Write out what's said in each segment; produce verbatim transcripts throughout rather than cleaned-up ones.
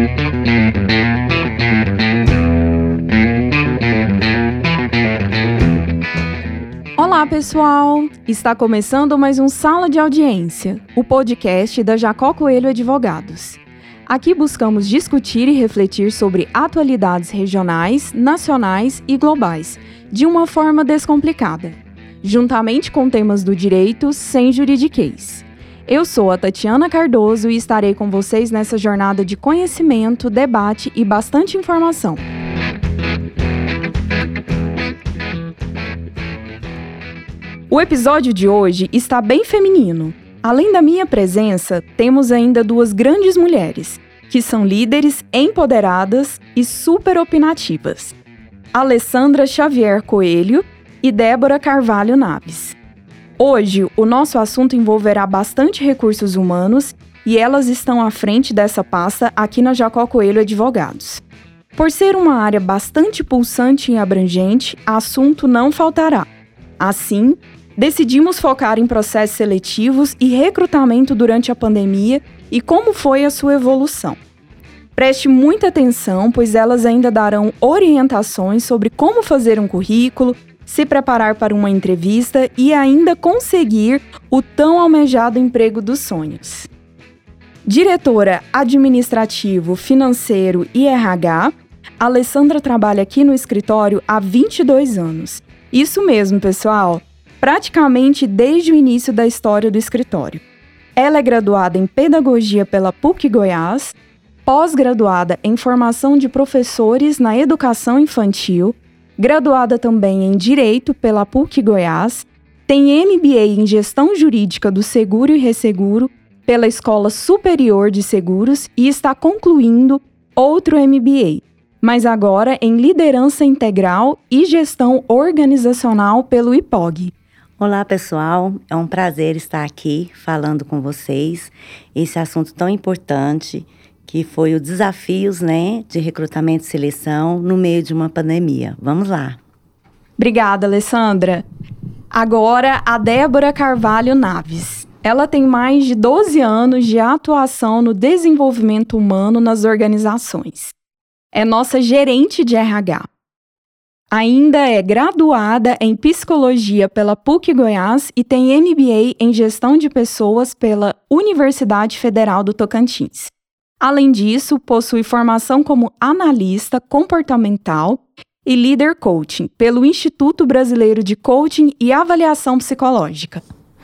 Olá, pessoal! Está começando mais um Sala de Audiência, o podcast da Jacó Coelho Advogados. Aqui buscamos discutir e refletir sobre atualidades regionais, nacionais e globais, de uma forma descomplicada, juntamente com temas do direito sem juridiquês. Eu sou a Tatiana Cardoso e estarei com vocês nessa jornada de conhecimento, debate e bastante informação. O episódio de hoje está bem feminino. Além da minha presença, temos ainda duas grandes mulheres, que são líderes, empoderadas e super opinativas. Alessandra Xavier Coelho e Débora Carvalho Naves. Hoje, o nosso assunto envolverá bastante recursos humanos e elas estão à frente dessa pasta aqui na Jacó Coelho Advogados. Por ser uma área bastante pulsante e abrangente, assunto não faltará. Assim, decidimos focar em processos seletivos e recrutamento durante a pandemia e como foi a sua evolução. Preste muita atenção, pois elas ainda darão orientações sobre como fazer um currículo, se preparar para uma entrevista e ainda conseguir o tão almejado emprego dos sonhos. Diretora administrativo, financeiro e R H, Alessandra trabalha aqui no escritório há vinte e dois anos. Isso mesmo, pessoal, praticamente desde o início da história do escritório. Ela é graduada em Pedagogia pela P U C Goiás, pós-graduada em Formação de Professores na Educação Infantil, graduada também em Direito pela P U C Goiás, tem M B A em Gestão Jurídica do Seguro e Resseguro pela Escola Superior de Seguros e está concluindo outro M B A, mas agora em Liderança Integral e Gestão Organizacional pelo I P O G. Olá, pessoal. É um prazer estar aqui falando com vocês esse assunto tão importante que foi os desafios, né, de recrutamento e seleção no meio de uma pandemia. Vamos lá. Obrigada, Alessandra. Agora, a Débora Carvalho Naves. Ela tem mais de doze anos de atuação no desenvolvimento humano nas organizações. É nossa gerente de R H. Ainda é graduada em Psicologia pela P U C Goiás e tem M B A em Gestão de Pessoas pela Universidade Federal do Tocantins. Além disso, possui formação como analista comportamental e líder coaching pelo Instituto Brasileiro de Coaching e Avaliação Psicológica.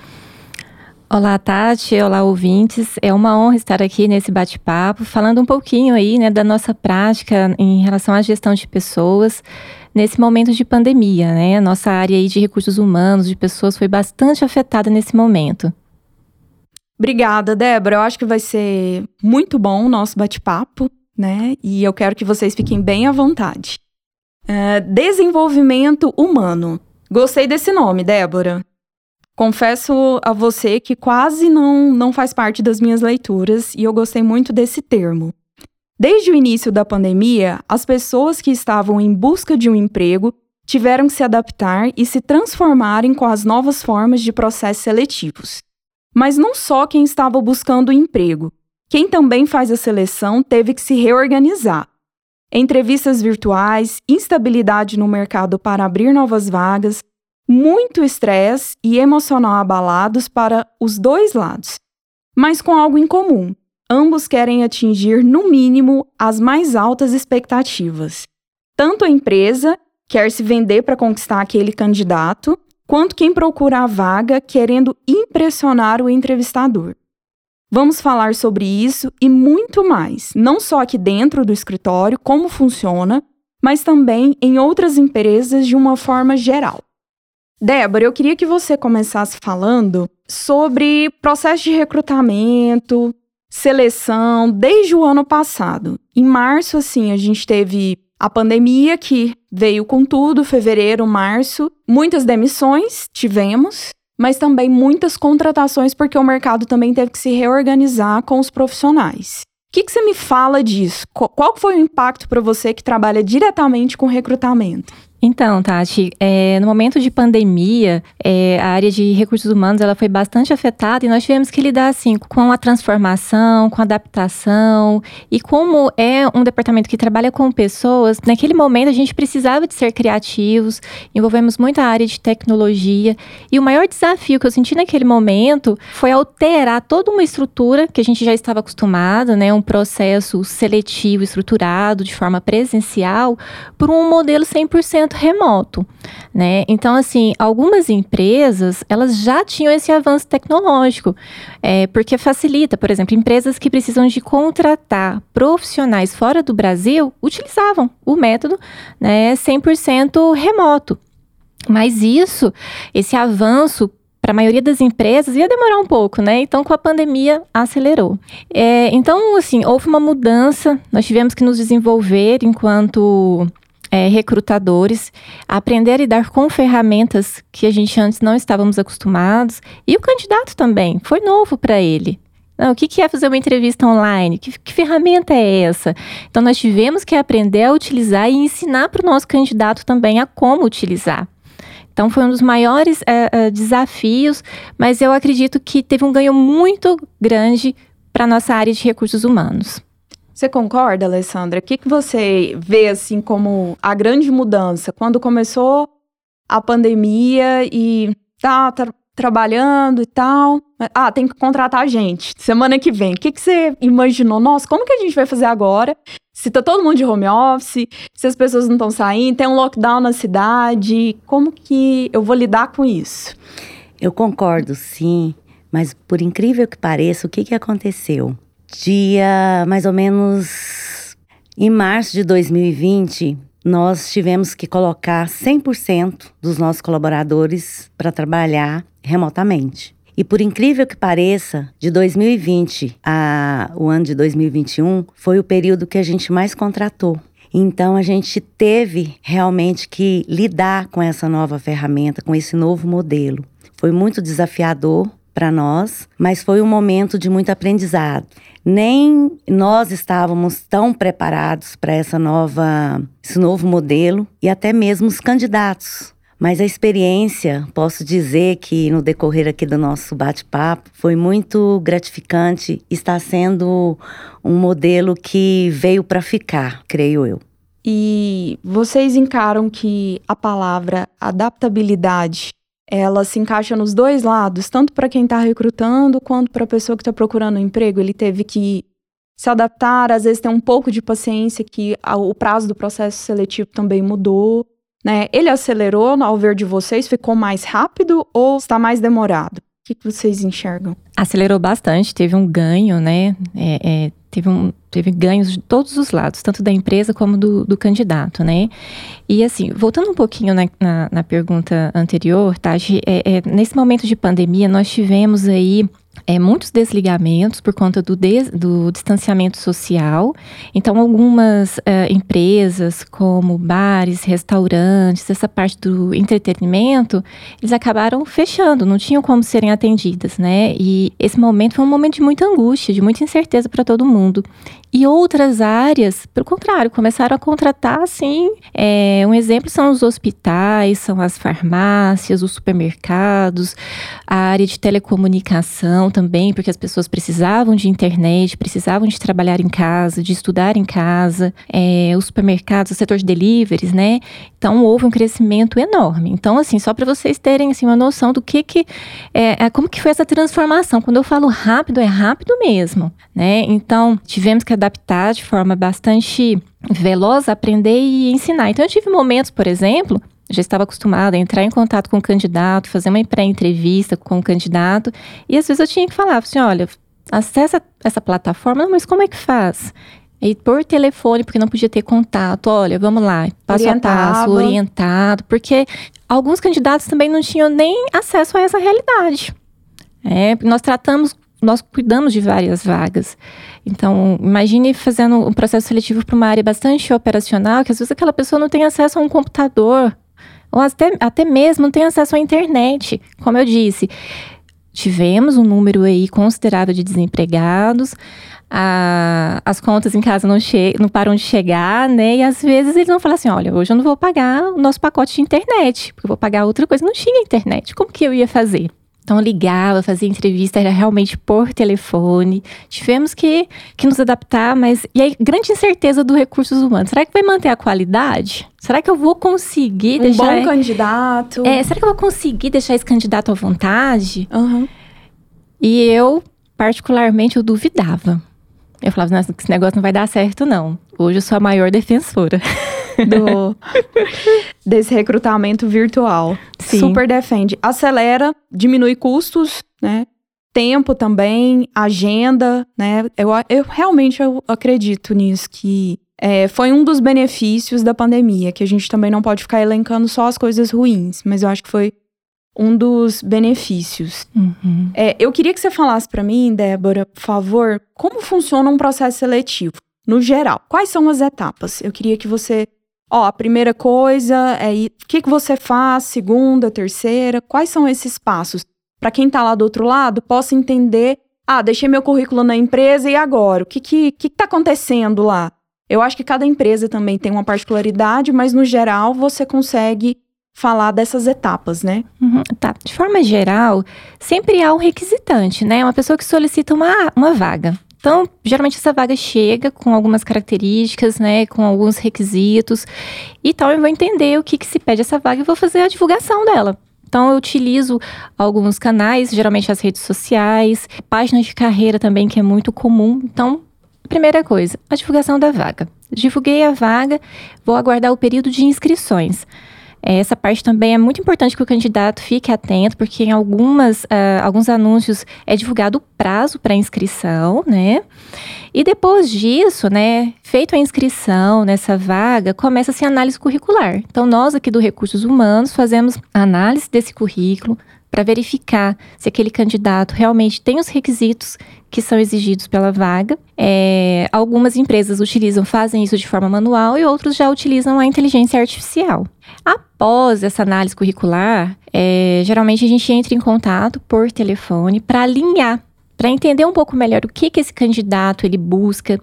Olá, Tati. Olá, ouvintes. É uma honra estar aqui nesse bate-papo, falando um pouquinho aí, né, da nossa prática em relação à gestão de pessoas nesse momento de pandemia, né? A nossa área aí de recursos humanos, de pessoas, foi bastante afetada nesse momento. Obrigada, Débora. Eu acho que vai ser muito bom o nosso bate-papo, né? E eu quero que vocês fiquem bem à vontade. Uh, desenvolvimento humano. Gostei desse nome, Débora. Confesso a você que quase não, não faz parte das minhas leituras e eu gostei muito desse termo. Desde o início da pandemia, as pessoas que estavam em busca de um emprego tiveram que se adaptar e se transformarem com as novas formas de processos seletivos. Mas não só quem estava buscando emprego, quem também faz a seleção teve que se reorganizar. Entrevistas virtuais, instabilidade no mercado para abrir novas vagas, muito estresse e emocional abalados para os dois lados, mas com algo em comum. Ambos querem atingir, no mínimo, as mais altas expectativas. Tanto a empresa quer se vender para conquistar aquele candidato, quanto quem procura a vaga querendo impressionar o entrevistador. Vamos falar sobre isso e muito mais, não só aqui dentro do escritório, como funciona, mas também em outras empresas de uma forma geral. Débora, eu queria que você começasse falando sobre processo de recrutamento, seleção, desde o ano passado. Em março, assim, a gente teve a pandemia que veio com tudo, fevereiro, março. Muitas demissões tivemos, mas também muitas contratações, porque o mercado também teve que se reorganizar com os profissionais. O que, que você me fala disso? Qual foi o impacto para você que trabalha diretamente com recrutamento? Então, Tati, é, no momento de pandemia, é, a área de recursos humanos ela foi bastante afetada e nós tivemos que lidar assim, com a transformação, com a adaptação. E como é um departamento que trabalha com pessoas, naquele momento a gente precisava de ser criativos, envolvemos muita área de tecnologia. E o maior desafio que eu senti naquele momento foi alterar toda uma estrutura que a gente já estava acostumado, né, um processo seletivo, estruturado, de forma presencial, por um modelo cem por cento remoto, né? Então, assim, algumas empresas, elas já tinham esse avanço tecnológico, é, porque facilita, por exemplo, empresas que precisam de contratar profissionais fora do Brasil, utilizavam o método, né, cem por cento remoto. Mas isso, esse avanço, para a maioria das empresas, ia demorar um pouco, né? Então, com a pandemia, acelerou. É, então, assim, houve uma mudança, nós tivemos que nos desenvolver enquanto É, recrutadores, aprender a lidar com ferramentas que a gente antes não estávamos acostumados. E o candidato também, foi novo para ele. Não, o que, que é fazer uma entrevista online? Que, que ferramenta é essa? Então, nós tivemos que aprender a utilizar e ensinar para o nosso candidato também a como utilizar. Então, foi um dos maiores é, é, desafios, mas eu acredito que teve um ganho muito grande para a nossa área de recursos humanos. Você concorda, Alessandra? O que, que você vê assim como a grande mudança quando começou a pandemia e tá, tá trabalhando e tal? Ah, tem que contratar gente semana que vem. O que, que você imaginou? Nossa, como que a gente vai fazer agora? Se tá todo mundo de home office, se as pessoas não estão saindo, tem um lockdown na cidade, como que eu vou lidar com isso? Eu concordo, sim, mas por incrível que pareça, o que, que aconteceu? Dia, mais ou menos, em março de dois mil e vinte, nós tivemos que colocar cem por cento dos nossos colaboradores para trabalhar remotamente. E por incrível que pareça, de dois mil e vinte a o ano de dois mil e vinte e um, foi o período que a gente mais contratou. Então, a gente teve realmente que lidar com essa nova ferramenta, com esse novo modelo. Foi muito desafiador para nós, mas foi um momento de muito aprendizado. Nem nós estávamos tão preparados para essa nova, esse novo modelo e até mesmo os candidatos. Mas a experiência, posso dizer que no decorrer aqui do nosso bate-papo, foi muito gratificante. Está sendo um modelo que veio para ficar, creio eu. E vocês encaram que a palavra adaptabilidade, ela se encaixa nos dois lados, tanto para quem está recrutando quanto para a pessoa que está procurando um emprego. Ele teve que se adaptar, às vezes tem um pouco de paciência, que a, o prazo do processo seletivo também mudou, né? Ele acelerou ao ver de vocês, ficou mais rápido ou está mais demorado? O que, que vocês enxergam? Acelerou bastante, teve um ganho, né? É, é, teve, um, teve ganhos de todos os lados, tanto da empresa como do, do candidato, né? E assim, voltando um pouquinho na, na, na pergunta anterior, Tati, é, é, nesse momento de pandemia, nós tivemos aí É, muitos desligamentos por conta do, des, do distanciamento social. Então, algumas uh, empresas, como bares, restaurantes, essa parte do entretenimento, eles acabaram fechando, não tinham como serem atendidas, né? E esse momento foi um momento de muita angústia, de muita incerteza para todo mundo. E outras áreas, pelo contrário, começaram a contratar, assim, é, um exemplo são os hospitais, são as farmácias, os supermercados, a área de telecomunicação também, porque as pessoas precisavam de internet, precisavam de trabalhar em casa, de estudar em casa, é, os supermercados, o setor de deliveries, né? Então, houve um crescimento enorme. Então, assim, só para vocês terem, assim, uma noção do que que, é, como que foi essa transformação. Quando eu falo rápido, é rápido mesmo, né? Então, tivemos que adaptar de forma bastante veloz, aprender e ensinar. Então, eu tive momentos, por exemplo, já estava acostumada a entrar em contato com o candidato, fazer uma pré-entrevista com o candidato, e às vezes eu tinha que falar, assim, olha, acessa essa plataforma, não, mas como é que faz? E por telefone, porque não podia ter contato, olha, vamos lá, passo Orientava. a passo, orientado, porque alguns candidatos também não tinham nem acesso a essa realidade. É, nós tratamos, nós cuidamos de várias vagas. Então, imagine fazendo um processo seletivo para uma área bastante operacional, que às vezes aquela pessoa não tem acesso a um computador, ou até, até mesmo não tem acesso à internet. Como eu disse, tivemos um número aí considerável de desempregados, a, as contas em casa não, che- não param de chegar, né? E às vezes eles vão falar assim, olha, hoje eu não vou pagar o nosso pacote de internet, porque eu vou pagar outra coisa. Não tinha internet, como que eu ia fazer? Então, eu ligava, fazia entrevista, era realmente por telefone. Tivemos que, que nos adaptar, mas... E aí, grande incerteza do recursos humanos. Será que vai manter a qualidade? Será que eu vou conseguir um deixar... Um bom candidato. É, será que eu vou conseguir deixar esse candidato à vontade? Uhum. E eu, particularmente, eu duvidava. Eu falava, nossa, esse negócio não vai dar certo, não. Hoje eu sou a maior defensora. Do, desse recrutamento virtual. Sim. Super defende. Acelera, diminui custos, né? Tempo também, agenda, né? Eu, eu realmente eu acredito nisso, que é, foi um dos benefícios da pandemia, que a gente também não pode ficar elencando só as coisas ruins, mas eu acho que foi um dos benefícios. Uhum. É, eu queria que você falasse para mim, Débora, por favor, como funciona um processo seletivo, no geral. Quais são as etapas? Eu queria que você... Ó, a primeira coisa é o que, que você faz, segunda, terceira, quais são esses passos? Para quem tá lá do outro lado, possa entender, ah, deixei meu currículo na empresa e agora? O que que, que que tá acontecendo lá? Eu acho que cada empresa também tem uma particularidade, mas no geral você consegue falar dessas etapas, né? Uhum, tá. De forma geral, sempre há um requisitante, né? Uma pessoa que solicita uma, uma vaga. Então, geralmente essa vaga chega com algumas características, né, com alguns requisitos. Então, eu vou entender o que, que se pede essa vaga e vou fazer a divulgação dela. Então, eu utilizo alguns canais, geralmente as redes sociais, páginas de carreira também, que é muito comum. Então, primeira coisa, a divulgação da vaga. Divulguei a vaga, vou aguardar o período de inscrições. Essa parte também é muito importante que o candidato fique atento, porque em algumas, uh, alguns anúncios é divulgado o prazo para inscrição, né? E depois disso, né, feito a inscrição nessa vaga, começa-se a análise curricular. Então, nós aqui do Recursos Humanos fazemos a análise desse currículo para verificar se aquele candidato realmente tem os requisitos que são exigidos pela vaga. É, algumas empresas utilizam, fazem isso de forma manual e outros já utilizam a inteligência artificial. Após essa análise curricular, é, geralmente a gente entra em contato por telefone para alinhar, para entender um pouco melhor o que, que esse candidato ele busca,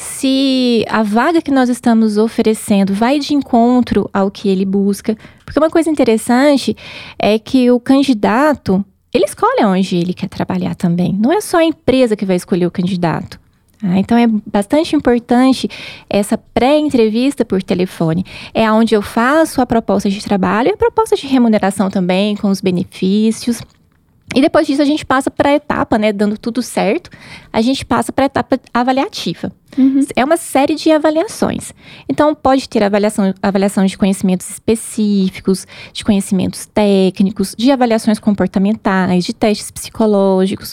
se a vaga que nós estamos oferecendo vai de encontro ao que ele busca. Porque uma coisa interessante é que o candidato, ele escolhe onde ele quer trabalhar também. Não é só a empresa que vai escolher o candidato. Ah, então, é bastante importante essa pré-entrevista por telefone. É onde eu faço a proposta de trabalho e a proposta de remuneração também, com os benefícios. E depois disso, a gente passa para a etapa, né, dando tudo certo, a gente passa para a etapa avaliativa. Uhum. É uma série de avaliações. Então, pode ter avaliação, avaliação de conhecimentos específicos, de conhecimentos técnicos, de avaliações comportamentais, de testes psicológicos.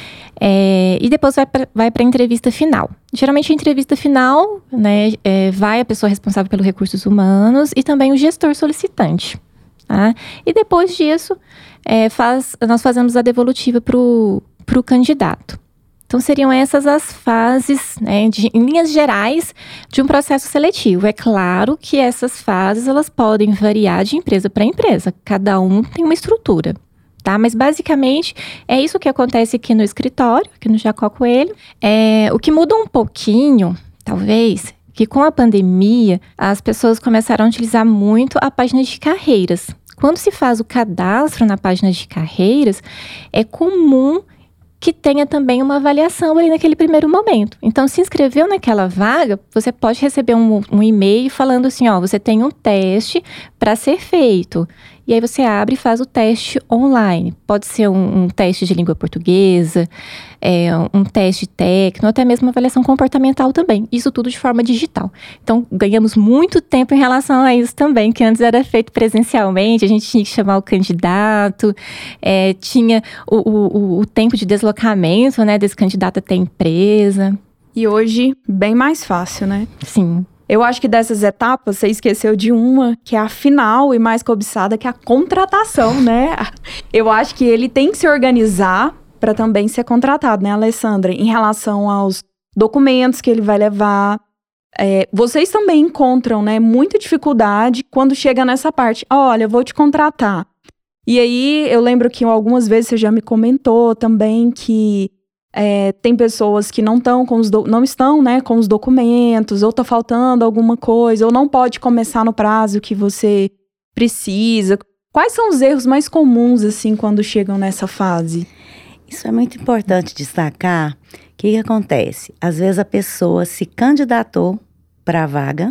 É, e depois vai para vai a entrevista final. Geralmente, a entrevista final, né, é, vai a pessoa responsável pelos recursos humanos e também o gestor solicitante. Tá? E depois disso, é, faz, nós fazemos a devolutiva para o candidato. Então, seriam essas as fases, né, de, em linhas gerais, de um processo seletivo. É claro que essas fases elas podem variar de empresa para empresa. Cada um tem uma estrutura. Tá? Mas, basicamente, é isso que acontece aqui no escritório, aqui no Jacó Coelho. É, o que muda um pouquinho, talvez, que com a pandemia, as pessoas começaram a utilizar muito a página de carreiras. Quando se faz o cadastro na página de carreiras, é comum que tenha também uma avaliação ali naquele primeiro momento. Então, se inscreveu naquela vaga, você pode receber um, um e-mail falando assim, ó, você tem um teste para ser feito. E aí você abre e faz o teste online. Pode ser um, um teste de língua portuguesa, é, um teste técnico, até mesmo uma avaliação comportamental também. Isso tudo de forma digital. Então, ganhamos muito tempo em relação a isso também, que antes era feito presencialmente, a gente tinha que chamar o candidato, é, tinha o, o, o tempo de deslocamento, né, desse candidato até a empresa. E hoje, bem mais fácil, né? Sim. Eu acho que dessas etapas, você esqueceu de uma, que é a final e mais cobiçada, que é a contratação, né? Eu acho que ele tem que se organizar para também ser contratado, né, Alessandra? Em relação aos documentos que ele vai levar. É, vocês também encontram, né, muita dificuldade quando chega nessa parte. Olha, eu vou te contratar. E aí, eu lembro que algumas vezes você já me comentou também que É, tem pessoas que não, tão com os do, não estão, né, com os documentos, ou tá faltando alguma coisa, ou não pode começar no prazo que você precisa. Quais são os erros mais comuns, assim, quando chegam nessa fase? Isso é muito importante destacar. O que, que acontece? Às vezes a pessoa se candidatou para a vaga,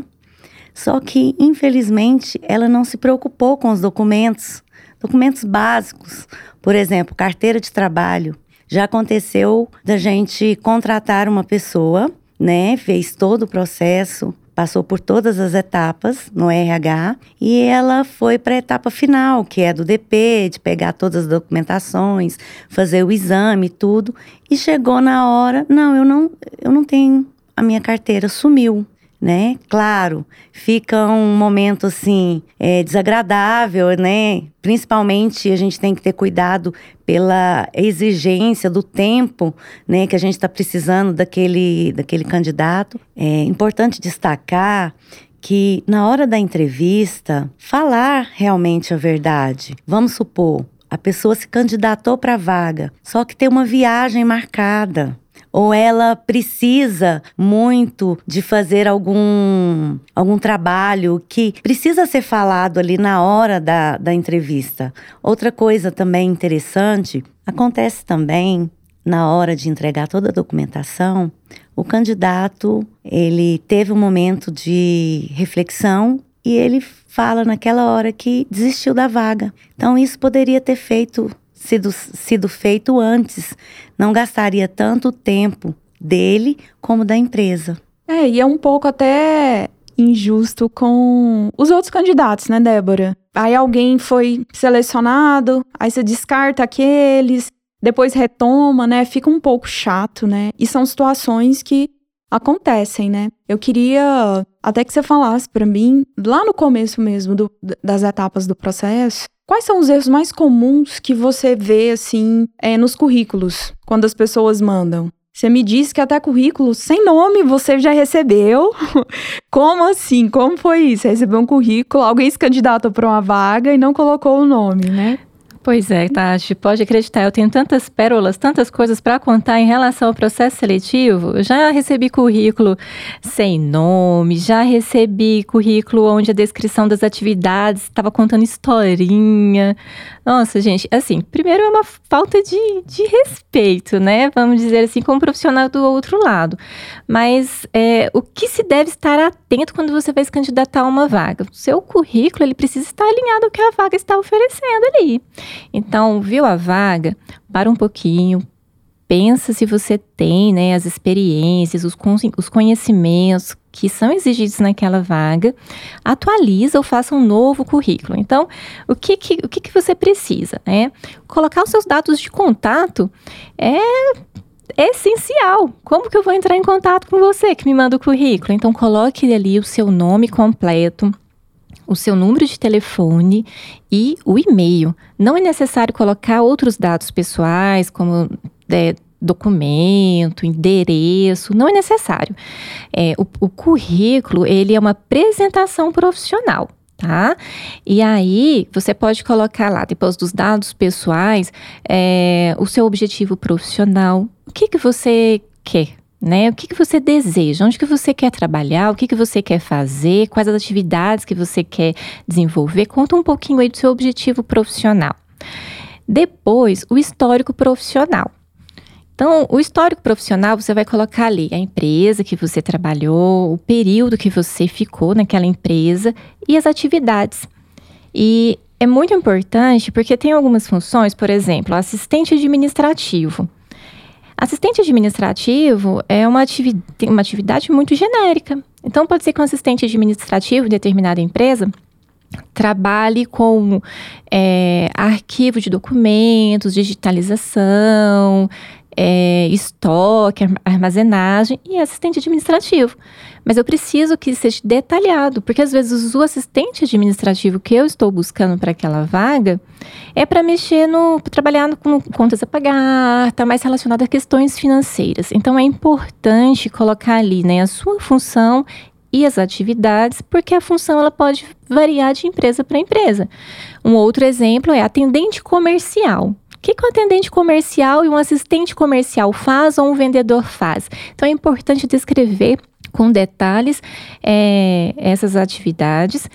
só que, infelizmente, ela não se preocupou com os documentos, documentos básicos. Por exemplo, carteira de trabalho. Já aconteceu da gente contratar uma pessoa, né? Fez todo o processo, passou por todas as etapas no R H e ela foi para a etapa final, que é do D P, de pegar todas as documentações, fazer o exame e tudo. E chegou na hora, não, eu não, eu não tenho, a minha carteira sumiu. Né? Claro, fica um momento assim, é, desagradável, né? Principalmente a gente tem que ter cuidado pela exigência do tempo, né? Que a gente está precisando daquele, daquele candidato. É importante destacar que na hora da entrevista, falar realmente a verdade. Vamos supor, a pessoa se candidatou para a vaga, só que tem uma viagem marcada. Ou ela precisa muito de fazer algum, algum trabalho que precisa ser falado ali na hora da, da entrevista. Outra coisa também interessante, acontece também na hora de entregar toda a documentação, o candidato, ele teve um momento de reflexão e ele fala naquela hora que desistiu da vaga. Então isso poderia ter feito... Sido, sido feito antes, não gastaria tanto tempo dele como da empresa. É, e é um pouco até injusto com os outros candidatos, né, Débora? Aí alguém foi selecionado, aí você descarta aqueles, depois retoma, né? Fica um pouco chato, né? E são situações que acontecem, né? Eu queria até que você falasse pra mim, lá no começo mesmo do, das etapas do processo, quais são os erros mais comuns que você vê, assim, é, nos currículos, quando as pessoas mandam? Você me disse que até currículo sem nome você já recebeu. Como assim? Como foi isso? Você recebeu um currículo, alguém se candidatou para uma vaga e não colocou o nome, né? Pois é, Tati, pode acreditar, eu tenho tantas pérolas, tantas coisas para contar em relação ao processo seletivo. Eu já recebi currículo sem nome, já recebi currículo onde a descrição das atividades estava contando historinha. Nossa, gente, assim, primeiro é uma falta de, de respeito, né? Vamos dizer assim, como profissional do outro lado. Mas é, o que se deve estar atento quando você vai se candidatar a uma vaga? O seu currículo, ele precisa estar alinhado ao que a vaga está oferecendo ali. Então, viu a vaga? Para um pouquinho, pensa se você tem, né, as experiências, os, os conhecimentos que são exigidos naquela vaga, atualiza ou faça um novo currículo. Então, o que, que, o que, que você precisa, né? Colocar os seus dados de contato é... é essencial. Como que eu vou entrar em contato com você que me manda o currículo? Então, coloque ali o seu nome completo, o seu número de telefone e o e-mail. Não é necessário colocar outros dados pessoais, como é, documento, endereço, não é necessário. É, o, o currículo, ele é uma apresentação profissional, tá? E aí, você pode colocar lá, depois dos dados pessoais, é, o seu objetivo profissional, o que que você quer, né? O que que você deseja, onde que você quer trabalhar, o que que você quer fazer, quais as atividades que você quer desenvolver, conta um pouquinho aí do seu objetivo profissional. Depois, o histórico profissional. Então, o histórico profissional, você vai colocar ali a empresa que você trabalhou, o período que você ficou naquela empresa e as atividades. E é muito importante porque tem algumas funções, por exemplo, assistente administrativo. Assistente administrativo é uma, ativi- uma atividade muito genérica. Então, pode ser que um assistente administrativo de determinada empresa trabalhe com é, arquivo de documentos, digitalização, é, estoque, armazenagem e assistente administrativo. Mas eu preciso que seja detalhado, porque às vezes o assistente administrativo que eu estou buscando para aquela vaga é para mexer no, trabalhar no, com contas a pagar, está mais relacionado a questões financeiras. Então é importante colocar ali, né, a sua função e as atividades, porque a função ela pode variar de empresa para empresa. Um outro exemplo é atendente comercial. que, que um atendente comercial e um assistente comercial faz ou um vendedor faz? Então, é importante descrever com detalhes é, essas atividades.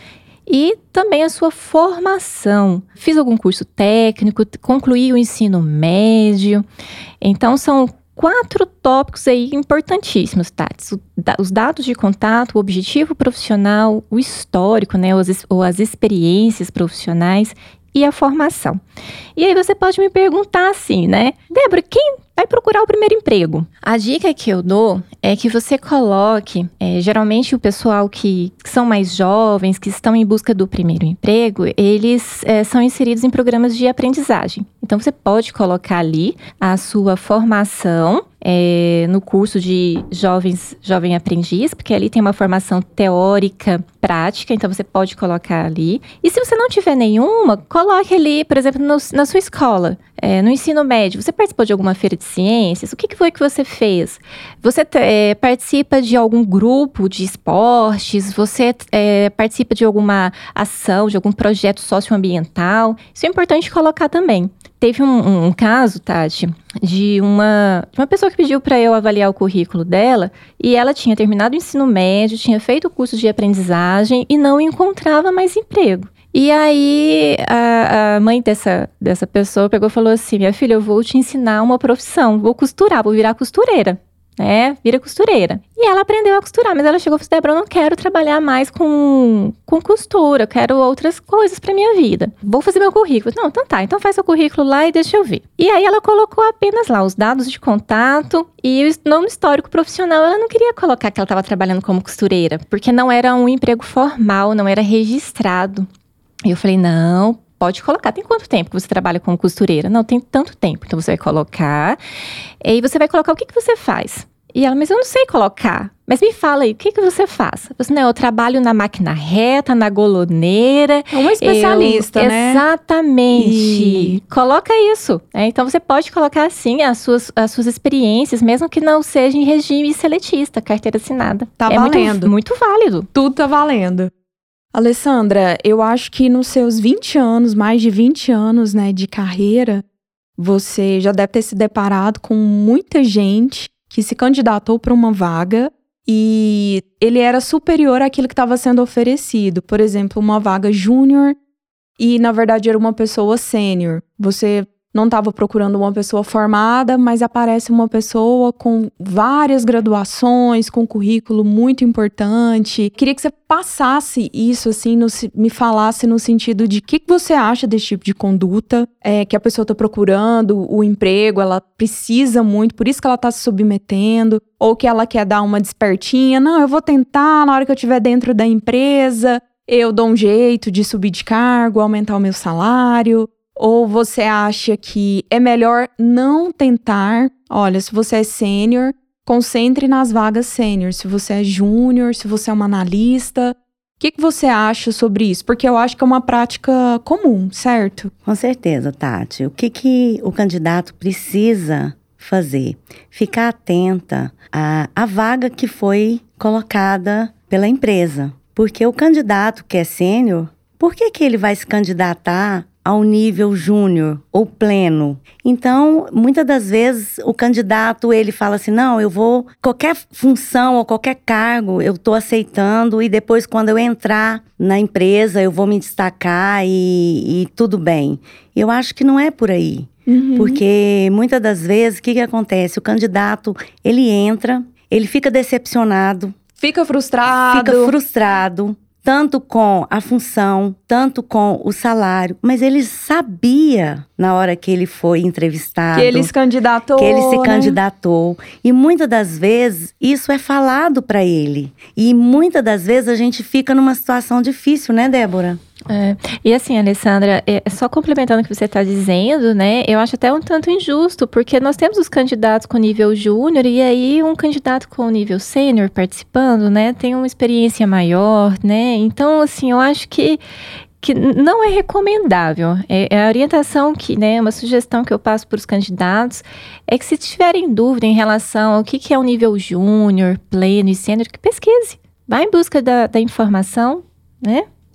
E também a sua formação. Fiz algum curso técnico, concluí o ensino médio. Então, são quatro tópicos aí importantíssimos, Tati. Os dados de contato, o objetivo profissional, o histórico, né, ou as, ou as experiências profissionais e a formação. E aí você pode me perguntar assim, né? Débora, quem vai procurar o primeiro emprego? A dica que eu dou é que você coloque, é, geralmente o pessoal que, que são mais jovens, que estão em busca do primeiro emprego, eles é, são inseridos em programas de aprendizagem. Então, você pode colocar ali a sua formação é, no curso de jovens, jovem aprendiz, porque ali tem uma formação teórica, prática, então você pode colocar ali. E se você não tiver nenhuma, coloque ali, por exemplo, no, na sua escola, é, no ensino médio. Você participou de alguma feira de ciências? O que, que foi que você fez? Você é, participa de algum grupo de esportes? Você é, participa de alguma ação, de algum projeto socioambiental? Isso é importante colocar também. Teve um, um, um caso, Tati, de uma, de uma pessoa que pediu para eu avaliar o currículo dela e ela tinha terminado o ensino médio, tinha feito o curso de aprendizagem e não encontrava mais emprego. E aí a, a mãe dessa, dessa pessoa pegou e falou assim: minha filha, eu vou te ensinar uma profissão, vou costurar, vou virar costureira. né? Vira costureira. E ela aprendeu a costurar, mas ela chegou e falou: Débora, eu não quero trabalhar mais com, com costura, eu quero outras coisas pra minha vida. Vou fazer meu currículo. Não, então tá, então faz seu currículo lá e deixa eu ver. E aí ela colocou apenas lá os dados de contato e no histórico profissional ela não queria colocar que ela estava trabalhando como costureira, porque não era um emprego formal, não era registrado. E eu falei: não, pode colocar. Tem quanto tempo que você trabalha como costureira? Não, tem tanto tempo. Então, você vai colocar. E aí, você vai colocar o que, que você faz. E ela: mas eu não sei colocar. Mas me fala aí, o que, que você faz? Eu falei assim: não, eu trabalho na máquina reta, na goloneira. É uma especialista, eu... né? Exatamente. E... Coloca isso. Né? Então, você pode colocar, assim, as suas, as suas experiências, mesmo que não seja em regime seletista, carteira assinada. Tá é valendo. Muito, muito válido. Tudo tá valendo. Alessandra, eu acho que nos seus vinte anos, mais de vinte anos, né, de carreira, você já deve ter se deparado com muita gente que se candidatou para uma vaga e ele era superior àquilo que estava sendo oferecido. Por exemplo, uma vaga júnior e, na verdade, era uma pessoa sênior. Você não estava procurando uma pessoa formada, mas aparece uma pessoa com várias graduações, com um currículo muito importante. Queria que você passasse isso, assim, no, me falasse no sentido de o que, que você acha desse tipo de conduta, é, que a pessoa está procurando o emprego, ela precisa muito, por isso que ela está se submetendo, ou que ela quer dar uma despertinha. Não, eu vou tentar, na hora que eu estiver dentro da empresa, eu dou um jeito de subir de cargo, aumentar o meu salário. Ou você acha que é melhor não tentar? Olha, se você é sênior, concentre nas vagas sênior. Se você é júnior, se você é uma analista, o que, que você acha sobre isso? Porque eu acho que é uma prática comum, certo? Com certeza, Tati. O que, que o candidato precisa fazer? Ficar atenta à, à vaga que foi colocada pela empresa. Porque o candidato que é sênior, por que, que ele vai se candidatar ao nível júnior ou pleno? Então, muitas das vezes, o candidato, ele fala assim: não, eu vou, qualquer função ou qualquer cargo, eu estou aceitando e depois, quando eu entrar na empresa, eu vou me destacar e, e tudo bem. Eu acho que não é por aí. Uhum. Porque, muitas das vezes, o que, que acontece? O candidato, ele entra, ele fica decepcionado. Fica frustrado. Fica frustrado. Tanto com a função, tanto com o salário. Mas ele sabia, na hora que ele foi entrevistado, que ele se candidatou, que ele se né? candidatou. E muitas das vezes, isso é falado para ele. E muitas das vezes, a gente fica numa situação difícil, né, Débora? É. E assim, Alessandra, é, só complementando o que você está dizendo, né, eu acho até um tanto injusto, porque nós temos os candidatos com nível júnior e aí um candidato com nível sênior participando, né, tem uma experiência maior, né, então assim, eu acho que que não é recomendável. É, é a orientação que, né, uma sugestão que eu passo para os candidatos é que, se tiverem dúvida em relação ao que, que é o nível júnior, pleno e sênior, que pesquise, vá em busca da, da informação, né?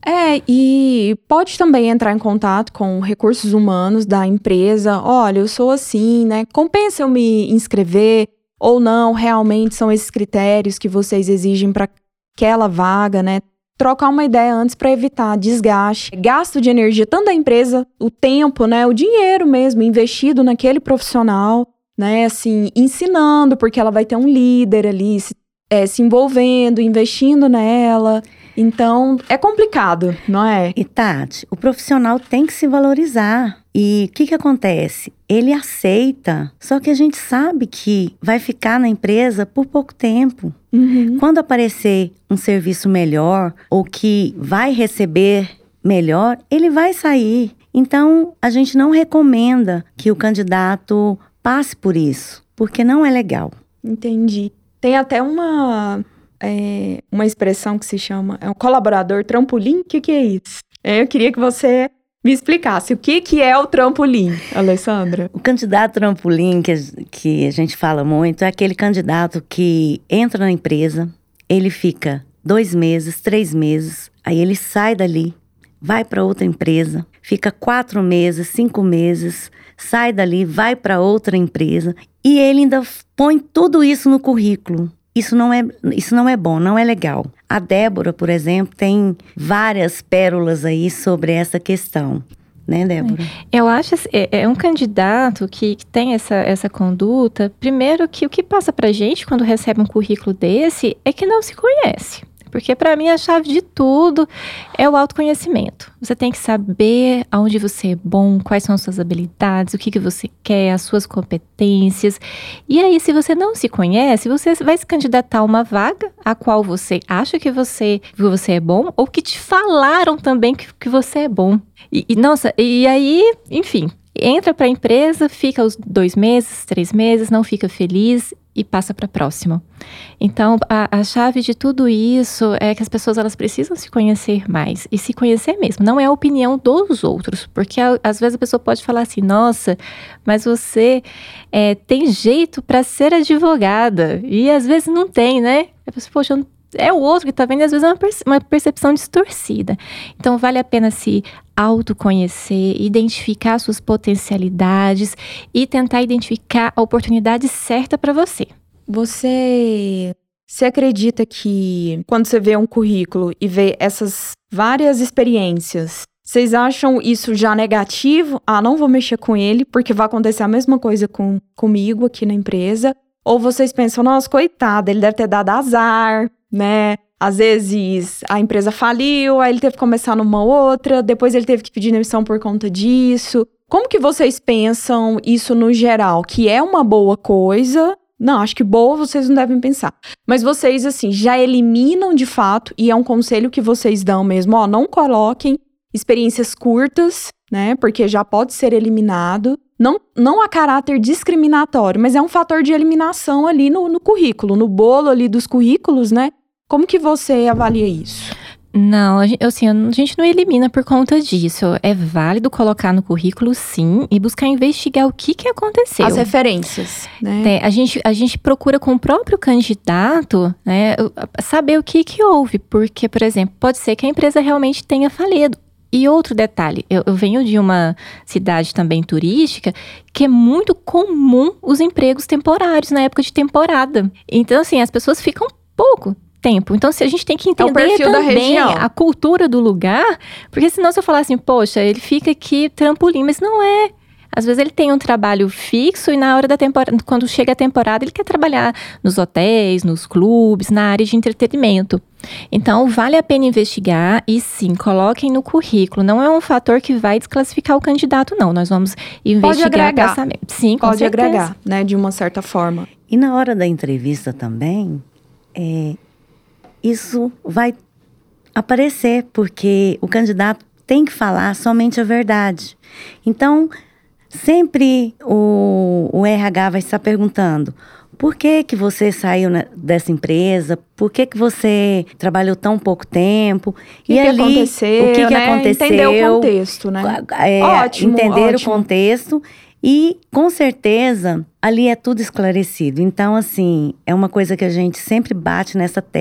É, e pode também entrar em contato com recursos humanos da empresa. Olha, eu sou assim, né? Compensa eu me inscrever ou não? Realmente são esses critérios que vocês exigem para aquela vaga, né? Trocar uma ideia antes para evitar desgaste, gasto de energia, tanto da empresa, o tempo, né? O dinheiro mesmo investido naquele profissional, né? Assim, ensinando, porque ela vai ter um líder ali, se, é, se envolvendo, investindo nela. Então, é complicado, não é? E Tati, o profissional tem que se valorizar. E o que que acontece? Ele aceita, só que a gente sabe que vai ficar na empresa por pouco tempo. Uhum. Quando aparecer um serviço melhor ou que vai receber melhor, ele vai sair. Então, a gente não recomenda que o candidato passe por isso, porque não é legal. Entendi. Tem até uma, é, uma expressão que se chama é um colaborador trampolim. O que que é isso? É, eu queria que você me explicasse o que que é o trampolim, Alessandra. O candidato trampolim que, que a gente fala muito é aquele candidato que entra na empresa, ele fica dois meses, três meses, aí ele sai dali, vai para outra empresa, fica quatro meses, cinco meses, sai dali, vai para outra empresa e ele ainda põe tudo isso no currículo. Isso não é, isso não é bom, não é legal. A Débora, por exemplo, tem várias pérolas aí sobre essa questão. Né, Débora? Eu acho assim, é, é um candidato que, que tem essa, essa conduta. Primeiro que o que passa pra gente quando recebe um currículo desse é que não se conhece. Porque para mim a chave de tudo é o autoconhecimento. Você tem que saber aonde você é bom, quais são as suas habilidades, o que, que você quer, as suas competências. E aí, se você não se conhece, você vai se candidatar a uma vaga a qual você acha que você, que você é bom ou que te falaram também que, que você é bom. E, e, nossa, e aí, enfim, entra para a empresa, fica os dois meses, três meses, não fica feliz e passa para a próxima. Então, a, a chave de tudo isso é que as pessoas elas precisam se conhecer mais e se conhecer mesmo. Não é a opinião dos outros, porque a, às vezes a pessoa pode falar assim, nossa, mas você é, tem jeito para ser advogada e às vezes não tem, né? A pessoa, poxa, eu não é o outro que tá vendo, e às vezes é uma, perce- uma percepção distorcida. Então, vale a pena se autoconhecer, identificar suas potencialidades e tentar identificar a oportunidade certa para você. Você, você acredita que quando você vê um currículo e vê essas várias experiências, vocês acham isso já negativo? Ah, não vou mexer com ele, porque vai acontecer a mesma coisa com, comigo aqui na empresa. Ou vocês pensam, nossa, coitado, ele deve ter dado azar, né? Às vezes a empresa faliu, aí ele teve que começar numa outra, depois ele teve que pedir demissão por conta disso. Como que vocês pensam isso no geral? Que é uma boa coisa? Não, acho que boa vocês não devem pensar. Mas vocês, assim, já eliminam de fato, e é um conselho que vocês dão mesmo, ó, não coloquem experiências curtas, né? Porque já pode ser eliminado. Não, não a caráter discriminatório, mas é um fator de eliminação ali no, no currículo, no bolo ali dos currículos, né? Como que você avalia isso? Não, a gente, assim, a gente não elimina por conta disso. É válido colocar no currículo, sim, e buscar investigar o que, que aconteceu. As referências, né? É, a, gente, a gente procura com o próprio candidato, né, saber o que, que houve. Porque, por exemplo, pode ser que a empresa realmente tenha falido. E outro detalhe, eu, eu venho de uma cidade também turística que é muito comum os empregos temporários na época de temporada. Então, assim, as pessoas ficam pouco tempo. Então, se a gente tem que entender é o perfil também da região, a cultura do lugar, porque senão se eu falar assim, poxa, ele fica aqui trampolim, mas não é. Às vezes ele tem um trabalho fixo e na hora da temporada, quando chega a temporada, ele quer trabalhar nos hotéis, nos clubes, na área de entretenimento. Então, vale a pena investigar e sim, coloquem no currículo. Não é um fator que vai desclassificar o candidato, não. Nós vamos investigar. Pode agregar. Saber. Sim, com Pode certeza. agregar, né, de uma certa forma. E na hora da entrevista também, é, isso vai aparecer, porque o candidato tem que falar somente a verdade. Então, sempre o, o R H vai estar perguntando: por que que você saiu dessa empresa? Por que que você trabalhou tão pouco tempo? O que, e que ali, aconteceu, o que, que né? aconteceu? Entender o contexto, né? É, ótimo, entender ótimo. o contexto. E, com certeza, ali é tudo esclarecido. Então, assim, é uma coisa que a gente sempre bate nessa tecla.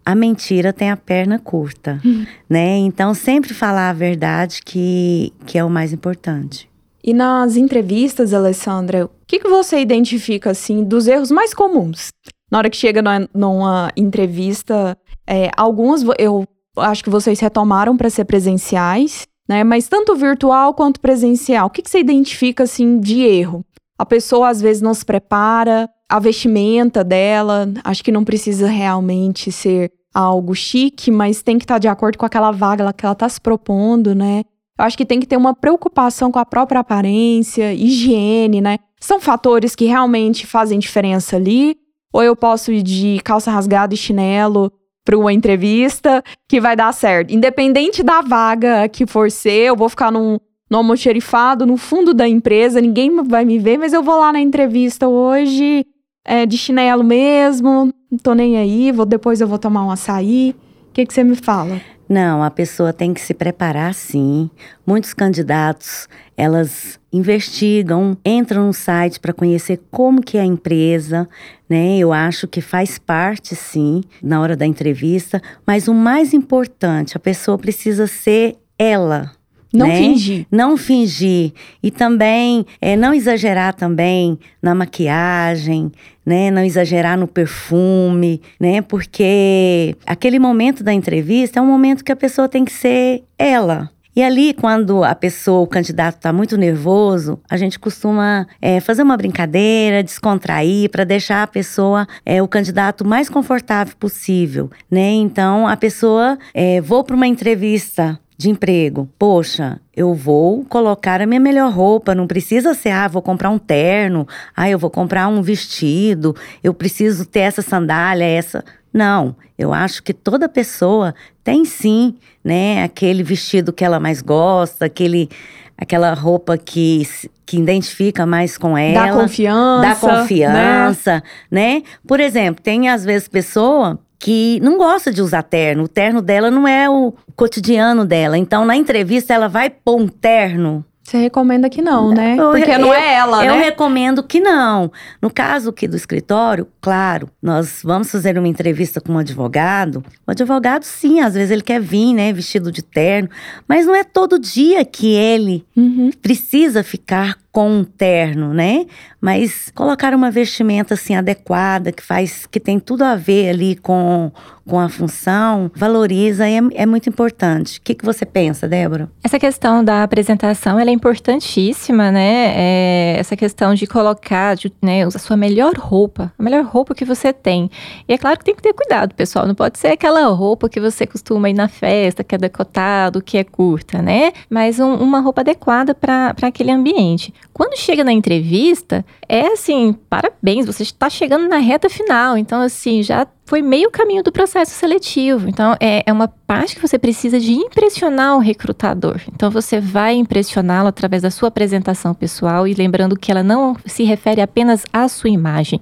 a mentira tem a perna curta, hum. né? Então, sempre falar a verdade que, que é o mais importante. E nas entrevistas, Alessandra, o que, que você identifica, assim, dos erros mais comuns? Na hora que chega numa, numa entrevista, é, algumas eu acho que vocês retomaram para ser presenciais, né? Mas tanto virtual quanto presencial, o que, que você identifica, assim, de erro? A pessoa, às vezes, não se prepara, a vestimenta dela, acho que não precisa realmente ser algo chique, mas tem que estar de acordo com aquela vaga que ela está se propondo, né? Eu acho que tem que ter uma preocupação com a própria aparência, higiene, né? São fatores que realmente fazem diferença ali? Ou eu posso ir de calça rasgada e chinelo para uma entrevista que vai dar certo? Independente da vaga que for ser, eu vou ficar num, num almoxerifado no fundo da empresa, ninguém vai me ver, mas eu vou lá na entrevista hoje é, de chinelo mesmo, não tô nem aí, vou, depois eu vou tomar um açaí. O que, que você me fala? Não, a pessoa tem que se preparar, sim. Muitos candidatos, elas investigam, entram no site para conhecer como que é a empresa, né? Eu acho que faz parte, sim, na hora da entrevista. Mas o mais importante, a pessoa precisa ser ela. Não né? fingir. Não fingir. E também, é, não exagerar também na maquiagem, né? Não exagerar no perfume, né? Porque aquele momento da entrevista é um momento que a pessoa tem que ser ela. E ali, quando a pessoa, o candidato está muito nervoso, a gente costuma é, fazer uma brincadeira, descontrair, para deixar a pessoa, é, o candidato mais confortável possível, né? Então, a pessoa, é, vou para uma entrevista de emprego. Poxa, eu vou colocar a minha melhor roupa, não precisa ser, ah, vou comprar um terno, ah, eu vou comprar um vestido, eu preciso ter essa sandália, essa... Não, eu acho que toda pessoa tem sim, né, aquele vestido que ela mais gosta, aquele, aquela roupa que, que identifica mais com ela. Dá confiança. Dá confiança, né? né? Por exemplo, tem às vezes pessoa que não gosta de usar terno. O terno dela não é o cotidiano dela. Então, na entrevista, ela vai pôr um terno. Você recomenda que não, né? Eu, Porque eu, não é ela, eu né? Eu recomendo que não. No caso aqui do escritório, claro, nós vamos fazer uma entrevista com um advogado. O advogado, sim, às vezes ele quer vir, né, vestido de terno. Mas não é todo dia que ele uhum. precisa ficar com um terno, né? Mas colocar uma vestimenta, assim, adequada, que faz, que tem tudo a ver ali com, com a função, valoriza e é, é muito importante. O que, que você pensa, Débora? Essa questão da apresentação, ela é importantíssima, né? É essa questão de colocar, de, né, a sua melhor roupa, a melhor roupa que você tem. E é claro que tem que ter cuidado, pessoal. Não pode ser aquela roupa que você costuma ir na festa, que é decotado, que é curta, né? Mas um, uma roupa adequada para aquele ambiente. Quando chega na entrevista, é assim, parabéns, você está chegando na reta final. Então, assim, já foi meio caminho do processo seletivo. Então, é, é uma parte que você precisa de impressionar o recrutador. Então, você vai impressioná-lo através da sua apresentação pessoal e lembrando que ela não se refere apenas à sua imagem.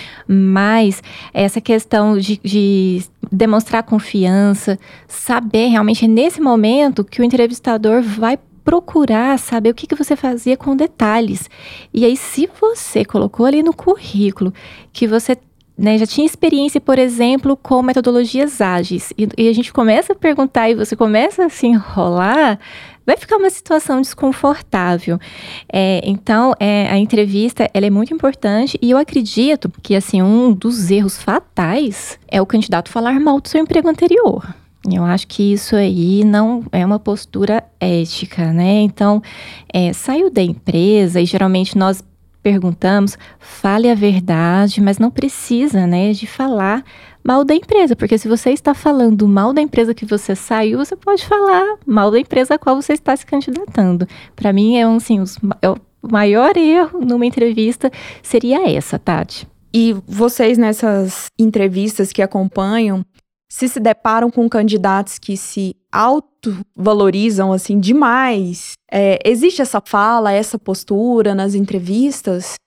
Mas essa questão de, de demonstrar confiança, saber realmente, é nesse momento que o entrevistador vai procurar saber o que, que você fazia com detalhes. E aí, se você colocou ali no currículo que você, né, já tinha experiência, por exemplo, com metodologias ágeis, e, e a gente começa a perguntar e você começa a se enrolar, vai ficar uma situação desconfortável. É, então, é, a entrevista, ela é muito importante e eu acredito que, assim, um dos erros fatais é o candidato falar mal do seu emprego anterior. Eu acho que isso aí não é uma postura ética, né? Então, é, saiu da empresa e geralmente nós perguntamos, fale a verdade, mas não precisa, né, de falar mal da empresa, porque se você está falando mal da empresa que você saiu, você pode falar mal da empresa a qual você está se candidatando. Para mim, é um, assim, os, é o maior erro numa entrevista seria essa, Tati. E vocês nessas entrevistas que acompanham, se se deparam com candidatos que se autovalorizam, assim, demais, é, existe essa fala, essa postura nas entrevistas?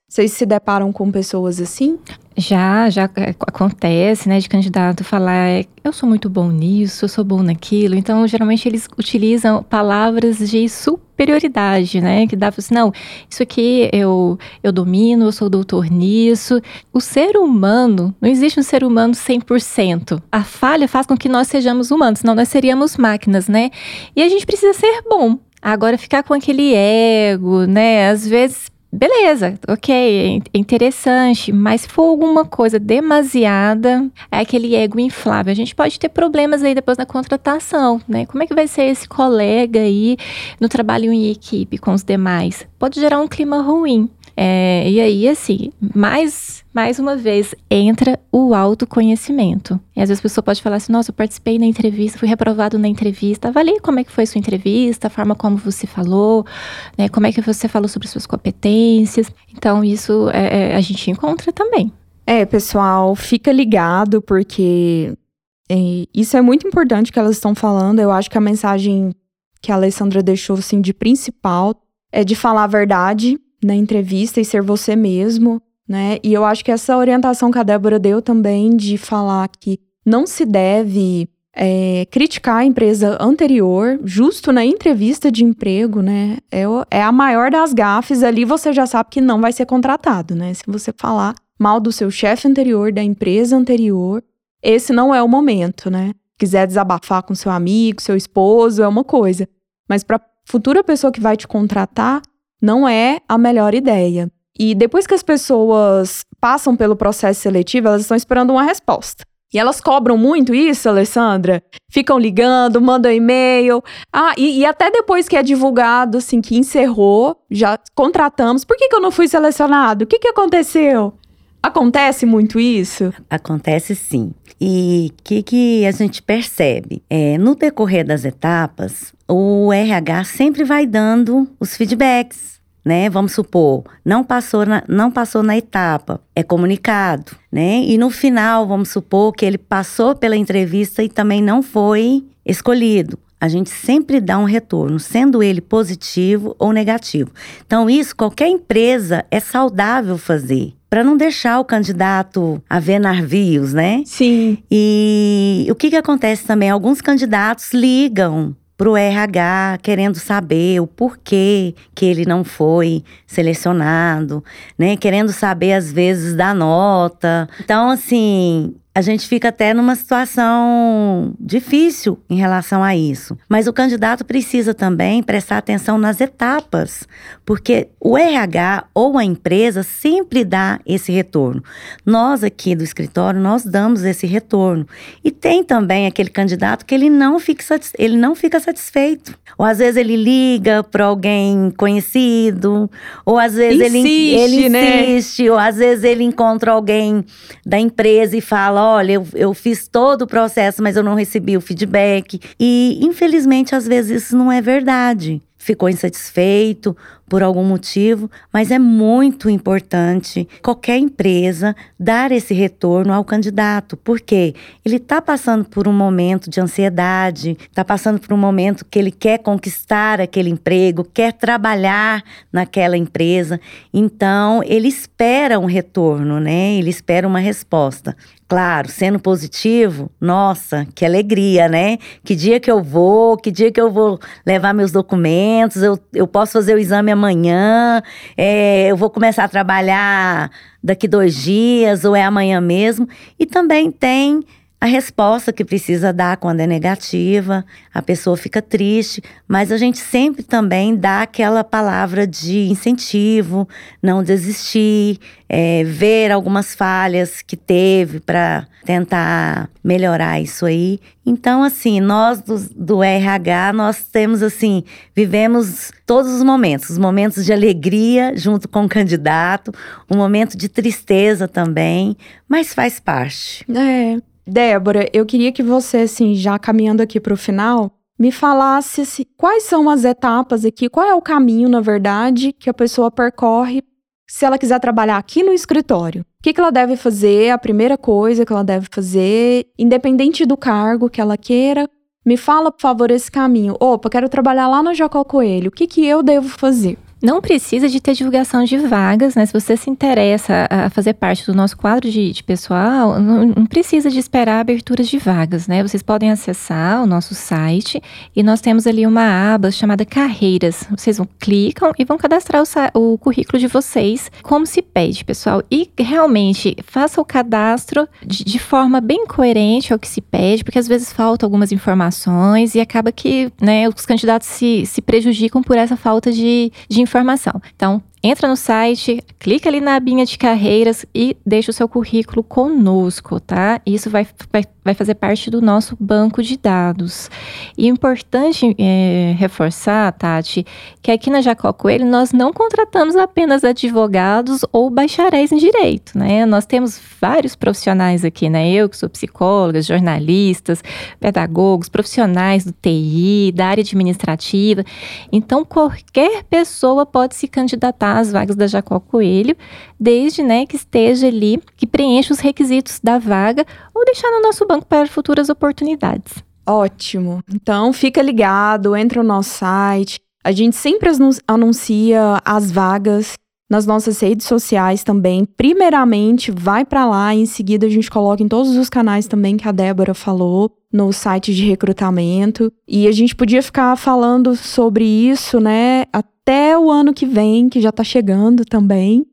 Vocês se deparam com pessoas assim? Já, já acontece, né, de candidato falar, eu sou muito bom nisso, eu sou bom naquilo. Então, geralmente, eles utilizam palavras de superioridade, né, que dá para assim, não, isso aqui eu, eu domino, eu sou doutor nisso. O ser humano, não existe um ser humano cem por cento. A falha faz com que nós sejamos humanos, senão nós seríamos máquinas, né? E a gente precisa ser bom. Agora, ficar com aquele ego, né, às vezes... Beleza, ok, é interessante, mas se for alguma coisa demasiada, é aquele ego inflável. A gente pode ter problemas aí depois na contratação, né? Como é que vai ser esse colega aí no trabalho em equipe com os demais? Pode gerar um clima ruim. É, e aí, assim, mais, mais uma vez, entra o autoconhecimento. E às vezes a pessoa pode falar assim, nossa, eu participei na entrevista, fui reprovado na entrevista. Avalie como é que foi a sua entrevista, a forma como você falou, né, como é que você falou sobre suas competências. Então, isso é, é, a gente encontra também. É, pessoal, fica ligado, porque é, isso é muito importante que elas estão falando. Eu acho que a mensagem que a Alessandra deixou, assim, de principal é de falar a verdade na entrevista e ser você mesmo, né? E eu acho que essa orientação que a Débora deu também de falar que não se deve é, criticar a empresa anterior, justo na entrevista de emprego, né? É, é a maior das gafes, ali você já sabe que não vai ser contratado, né? Se você falar mal do seu chefe anterior, da empresa anterior, esse não é o momento, né? Quiser desabafar com seu amigo, seu esposo, é uma coisa. Mas para futura pessoa que vai te contratar, não é a melhor ideia. E depois que as pessoas passam pelo processo seletivo, elas estão esperando uma resposta. E elas cobram muito isso, Alessandra? Ficam ligando, mandam e-mail. Ah, e, e até depois que é divulgado, assim, que encerrou, já contratamos. Por que que eu não fui selecionado? O que que aconteceu? Acontece muito isso? Acontece sim. E o que, que a gente percebe? É, no decorrer das etapas, o R H sempre vai dando os feedbacks, né? Vamos supor, não passou na, não passou na etapa, é comunicado, né? E no final, vamos supor que ele passou pela entrevista e também não foi escolhido. A gente sempre dá um retorno, sendo ele positivo ou negativo. Então, isso qualquer empresa é saudável fazer, para não deixar o candidato a ver navios, né? Sim. E o que que acontece também? Alguns candidatos ligam para o R H querendo saber o porquê que ele não foi selecionado, né? Querendo saber, às vezes, da nota. Então, assim, a gente fica até numa situação difícil em relação a isso. Mas o candidato precisa também prestar atenção nas etapas, porque o R H ou a empresa sempre dá esse retorno. Nós aqui do escritório, nós damos esse retorno. E tem também aquele candidato que ele não fica, satis- ele não fica satisfeito. Ou às vezes ele liga para alguém conhecido, ou às vezes insiste, ele, ele né? insiste, ou às vezes ele encontra alguém da empresa e fala, olha, eu, eu fiz todo o processo, mas eu não recebi o feedback. E, infelizmente, às vezes isso não é verdade. Ficou insatisfeito por algum motivo, mas é muito importante qualquer empresa dar esse retorno ao candidato, porque ele está passando por um momento de ansiedade, está passando por um momento que ele quer conquistar aquele emprego, quer trabalhar naquela empresa, então ele espera um retorno, né? Ele espera uma resposta. Claro, sendo positivo, nossa, que alegria, né? Que dia que eu vou, que dia que eu vou levar meus documentos, eu, eu posso fazer o exame amanhã, é, eu vou começar a trabalhar daqui dois dias ou é amanhã mesmo. E também tem a resposta que precisa dar quando é negativa, a pessoa fica triste, mas a gente sempre também dá aquela palavra de incentivo, não desistir, é, ver algumas falhas que teve para tentar melhorar isso aí. Então, assim, nós do, do R H, nós temos assim, vivemos todos os momentos, os momentos de alegria junto com o candidato, um momento de tristeza também, mas faz parte. É. Débora, eu queria que você, assim, já caminhando aqui para o final, me falasse assim, quais são as etapas aqui, qual é o caminho, na verdade, que a pessoa percorre se ela quiser trabalhar aqui no escritório. O que que ela deve fazer, a primeira coisa que ela deve fazer, independente do cargo que ela queira. Me fala, por favor, esse caminho. Opa, quero trabalhar lá no Jacó Coelho, o que que eu devo fazer? Não precisa de ter divulgação de vagas, né? Se você se interessa a fazer parte do nosso quadro de, de pessoal, não, não precisa de esperar aberturas de vagas, né? Vocês podem acessar o nosso site e nós temos ali uma aba chamada Carreiras. Vocês vão, clicam e vão cadastrar o, o currículo de vocês, como se pede, pessoal. E realmente, faça o cadastro de, de forma bem coerente ao que se pede, porque às vezes faltam algumas informações e acaba que, né, os candidatos se, se prejudicam por essa falta de, de informação. Informação. Então, entra no site, clica ali na abinha de carreiras e deixa o seu currículo conosco, tá? Isso vai, vai, vai fazer parte do nosso banco de dados. E é importante é, reforçar, Tati, que aqui na Jacó Coelho nós não contratamos apenas advogados ou bacharéis em direito, né? Nós temos vários profissionais aqui, né? Eu que sou psicóloga, jornalistas, pedagogos, profissionais do T I, da área administrativa. Então, qualquer pessoa pode se candidatar às vagas da Jacó Coelho, desde, né, que esteja ali, que preencha os requisitos da vaga ou deixar no nosso banco para futuras oportunidades. Ótimo. Então, fica ligado, entra no nosso site. A gente sempre anuncia as vagas nas nossas redes sociais também. Primeiramente, vai para lá, em seguida a gente coloca em todos os canais também que a Débora falou, no site de recrutamento. E a gente podia ficar falando sobre isso, né, até o ano que vem, que já tá chegando também.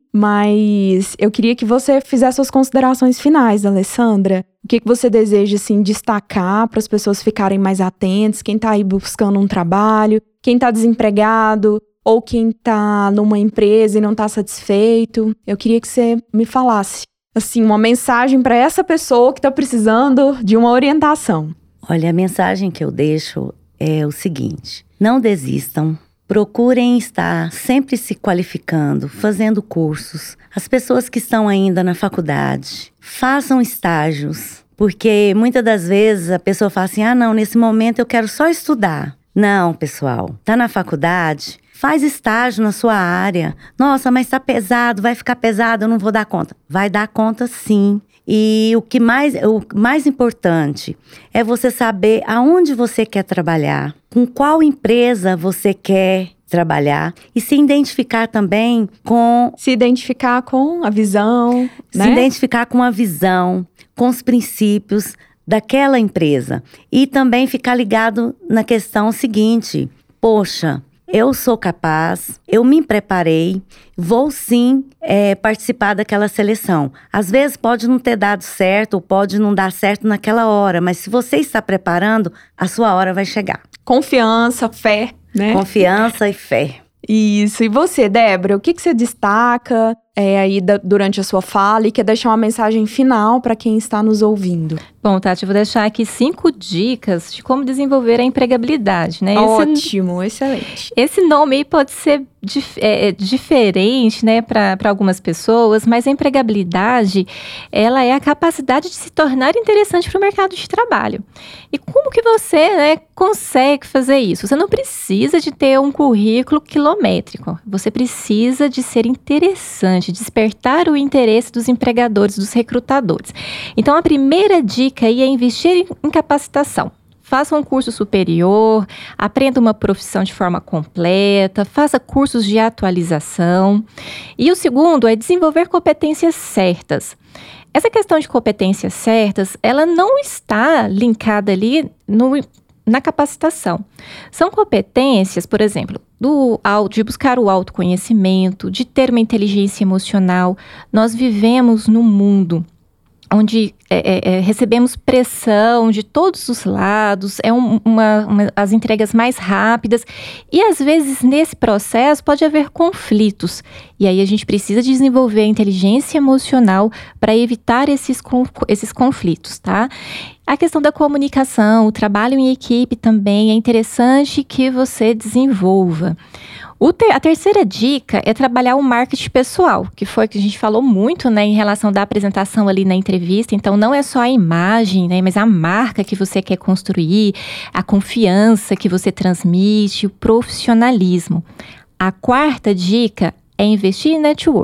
Mas eu queria que você fizesse suas considerações finais, Alessandra. O que, que você deseja, assim, destacar para as pessoas ficarem mais atentas? Quem tá aí buscando um trabalho, quem tá desempregado, ou quem tá numa empresa e não tá satisfeito. Eu queria que você me falasse, assim, uma mensagem para essa pessoa que tá precisando de uma orientação. Olha, a mensagem que eu deixo é o seguinte: não desistam. Procurem estar sempre se qualificando, fazendo cursos. As pessoas que estão ainda na faculdade, façam estágios. Porque muitas das vezes a pessoa fala assim, ah não, nesse momento eu quero só estudar. Não, pessoal, tá na faculdade, faz estágio na sua área. Nossa, mas tá pesado, vai ficar pesado, eu não vou dar conta. Vai dar conta sim. E o que mais, o mais importante é você saber aonde você quer trabalhar, com qual empresa você quer trabalhar e se identificar também com... Se identificar com a visão, Se né? identificar com a visão, com os princípios daquela empresa. E também ficar ligado na questão seguinte: poxa, eu sou capaz, eu me preparei, vou sim é, participar daquela seleção. Às vezes pode não ter dado certo ou pode não dar certo naquela hora, mas se você está preparando, a sua hora vai chegar. Confiança, fé, né? Confiança e fé. Isso. E você, Débora, o que, que você destaca é, aí da, durante a sua fala e quer deixar uma mensagem final para quem está nos ouvindo? Bom, Tati, eu vou deixar aqui cinco dicas de como desenvolver a empregabilidade, né? Ótimo, esse, excelente. Esse nome aí pode ser dif- é, é, diferente, né, para algumas pessoas, mas a empregabilidade, ela é a capacidade de se tornar interessante para o mercado de trabalho. E como que você, né, consegue fazer isso? Você não precisa de ter um currículo quilométrico, você precisa de ser interessante, despertar o interesse dos empregadores, dos recrutadores. Então, a primeira dica aí é investir em capacitação. Faça um curso superior, aprenda uma profissão de forma completa, faça cursos de atualização. E o segundo é desenvolver competências certas. Essa questão de competências certas, ela não está linkada ali no, na capacitação. São competências, por exemplo, do, de buscar o autoconhecimento, de ter uma inteligência emocional. Nós vivemos num mundo onde é, é, recebemos pressão de todos os lados, é um, uma, uma, as entregas mais rápidas e às vezes nesse processo pode haver conflitos e aí a gente precisa desenvolver a inteligência emocional para evitar esses, esses conflitos, tá? A questão da comunicação, o trabalho em equipe também é interessante que você desenvolva. O ter, a terceira dica é trabalhar o marketing pessoal, que foi o que a gente falou muito, né, em relação da apresentação ali na entrevista. Então, não é só a imagem, né, mas a marca que você quer construir, a confiança que você transmite, o profissionalismo. A quarta dica é investir em network.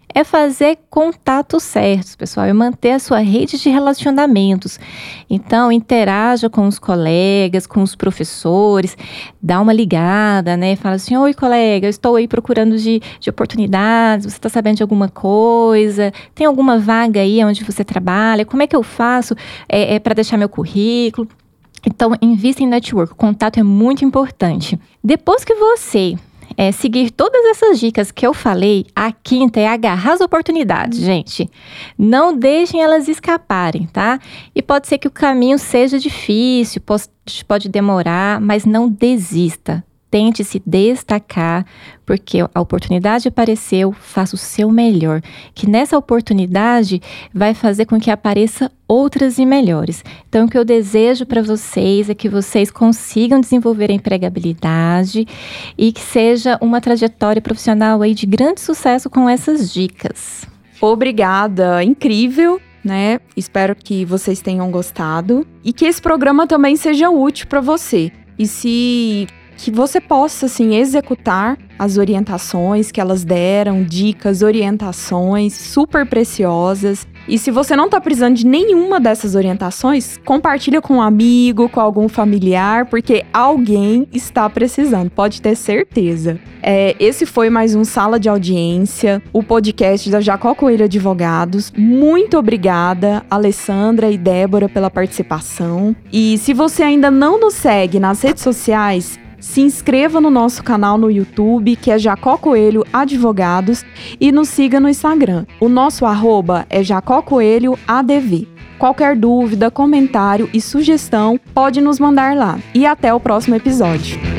é fazer contatos certos, pessoal, é manter a sua rede de relacionamentos. Então, interaja com os colegas, com os professores, dá uma ligada, né? Fala assim, oi colega, eu estou aí procurando de, de oportunidades, você está sabendo de alguma coisa? Tem alguma vaga aí onde você trabalha? Como é que eu faço é, é, para deixar meu currículo? Então, invista em network, o contato é muito importante. Depois que você é, seguir todas essas dicas que eu falei, a quinta é agarrar as oportunidades, gente. Não deixem elas escaparem, tá? E pode ser que o caminho seja difícil, pode, pode demorar, mas não desista. Tente se destacar, porque a oportunidade apareceu, faça o seu melhor, que nessa oportunidade vai fazer com que apareça outras e melhores. Então, o que eu desejo para vocês é que vocês consigam desenvolver a empregabilidade e que seja uma trajetória profissional aí de grande sucesso com essas dicas. Obrigada, incrível, né? Espero que vocês tenham gostado e que esse programa também seja útil para você. E se... que você possa, assim, executar as orientações que elas deram, dicas, orientações super preciosas. E se você não está precisando de nenhuma dessas orientações, compartilha com um amigo, com algum familiar, porque alguém está precisando, pode ter certeza. É, esse foi mais um Sala de Audiência, o podcast da Jacó Coelho Advogados. Muito obrigada, Alessandra e Débora, pela participação. E se você ainda não nos segue nas redes sociais, se inscreva no nosso canal no YouTube, que é Jacó Coelho Advogados, e nos siga no Instagram. O nosso arroba é Jacó Coelho A D V. Qualquer dúvida, comentário e sugestão, pode nos mandar lá. E até o próximo episódio.